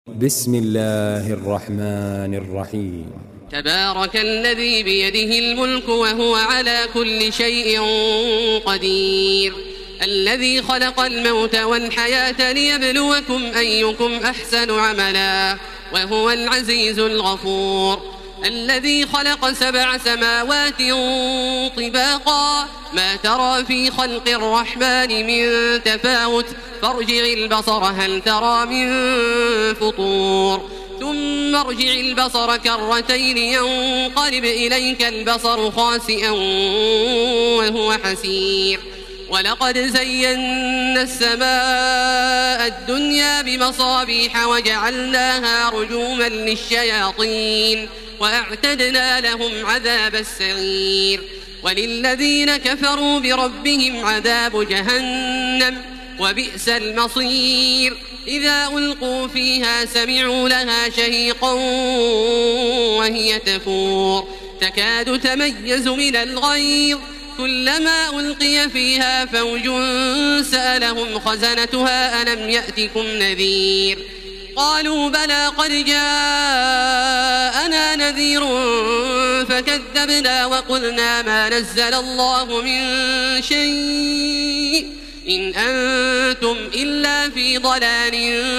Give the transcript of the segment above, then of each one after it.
بسم الله الرحمن الرحيم. تبارك الذي بيده الملك وهو على كل شيء قدير، الذي خلق الموت والحياة ليبلوكم أيكم أحسن عملا وهو العزيز الغفور، الذي خلق 7 سماوات طباقا ما ترى في خلق الرحمن من تفاوت فارجع البصر هل ترى من فطور ثم ارجع البصر كرتين ينقلب إليك البصر خاسئا وهو حسير، ولقد زينا السماء الدنيا بمصابيح وجعلناها رجوما للشياطين وأعتدنا لهم عذاب السعير، وللذين كفروا بربهم عذاب جهنم وبئس المصير، إذا ألقوا فيها سمعوا لها شهيقا وهي تفور تكاد تميز من الغيظ، كلما ألقي فيها فوج سألهم خزنتها ألم يأتكم نذير، قالوا بلى قد جاءنا نذير فكذبنا وقلنا ما نزل الله من شيء إن أنتم إلا في ضلال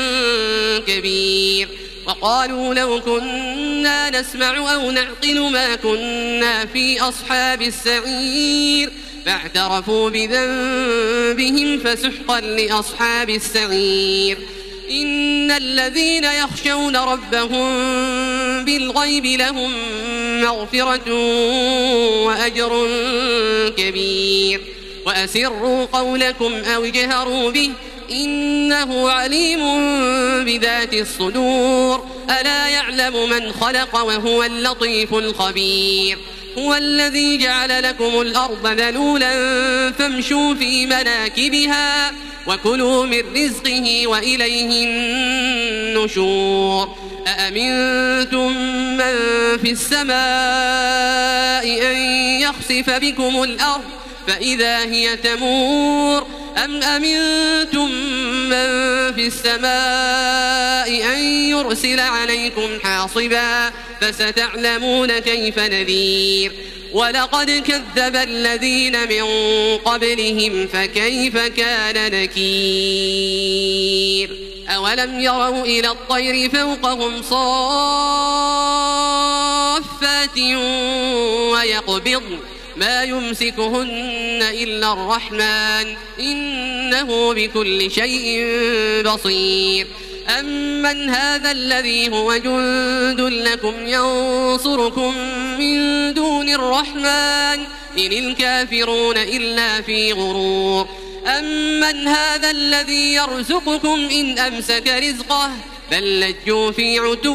كبير، وقالوا لو كنا نسمع أو نعقل ما كنا في أصحاب السعير، فاعترفوا بذنبهم فسحقا لأصحاب السعير، إن الذين يخشون ربهم بالغيب لهم مغفرة وأجر كبير، وأسروا قولكم أو اجهروا به إنه عليم بذات الصدور، ألا يعلم من خلق وهو اللطيف الخبير، هو الذي جعل لكم الأرض ذلولا فامشوا في مناكبها وكلوا من رزقه وإليه النشور، أأمنتم من في السماء أن يخسف بكم الأرض فإذا هي تمور، أم أمنتم من في السماء أن يرسل عليكم حاصبا فستعلمون كيف نذير، ولقد كذب الذين من قبلهم فكيف كان نكير، أولم يروا إلى الطير فوقهم صافات ويقبضن ما يمسكهن إلا الرحمن إنه بكل شيء بصير، أمن هذا الذي هو جند لكم ينصركم من دون الرحمن إن الكافرون إلا في غرور، أمن هذا الذي يرزقكم إن أمسك رزقه بل لجوا في عتو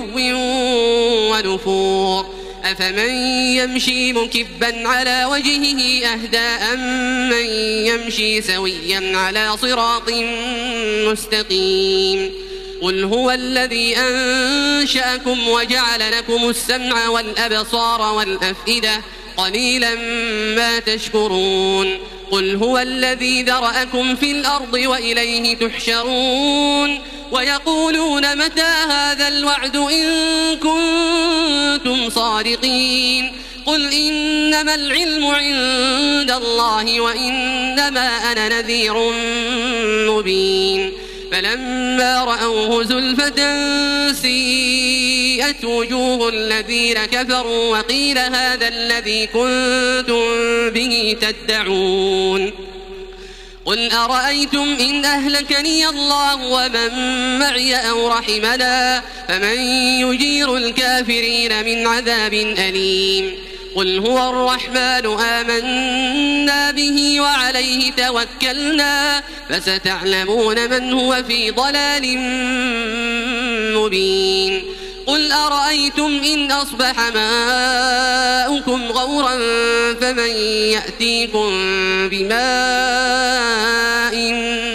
ونفور، أفمن يمشي مكبا على وجهه أهدى أمن يمشي سويا على صراط مستقيم، قل هو الذي أنشأكم وجعل لكم السمع والأبصار والأفئدة قليلا ما تشكرون، قل هو الذي ذرأكم في الأرض وإليه تحشرون، ويقولون متى هذا الوعد إن كنتم صادقين، قل إنما العلم عند الله وإنما أنا نذير مبين، فلما رأوه زلفة سيئت وجوه الذين كفروا وقيل هذا الذي كنتم به تدعون، قل أرأيتم إن أهلكني الله ومن معي أو رحمنا فمن يجير الكافرين من عذاب أليم، قل هو الرحمن آمنا به وعليه توكلنا فستعلمون من هو في ضلال مبين، قل أرأيتم إن أصبح ماؤكم غورا فمن يأتيكم بماء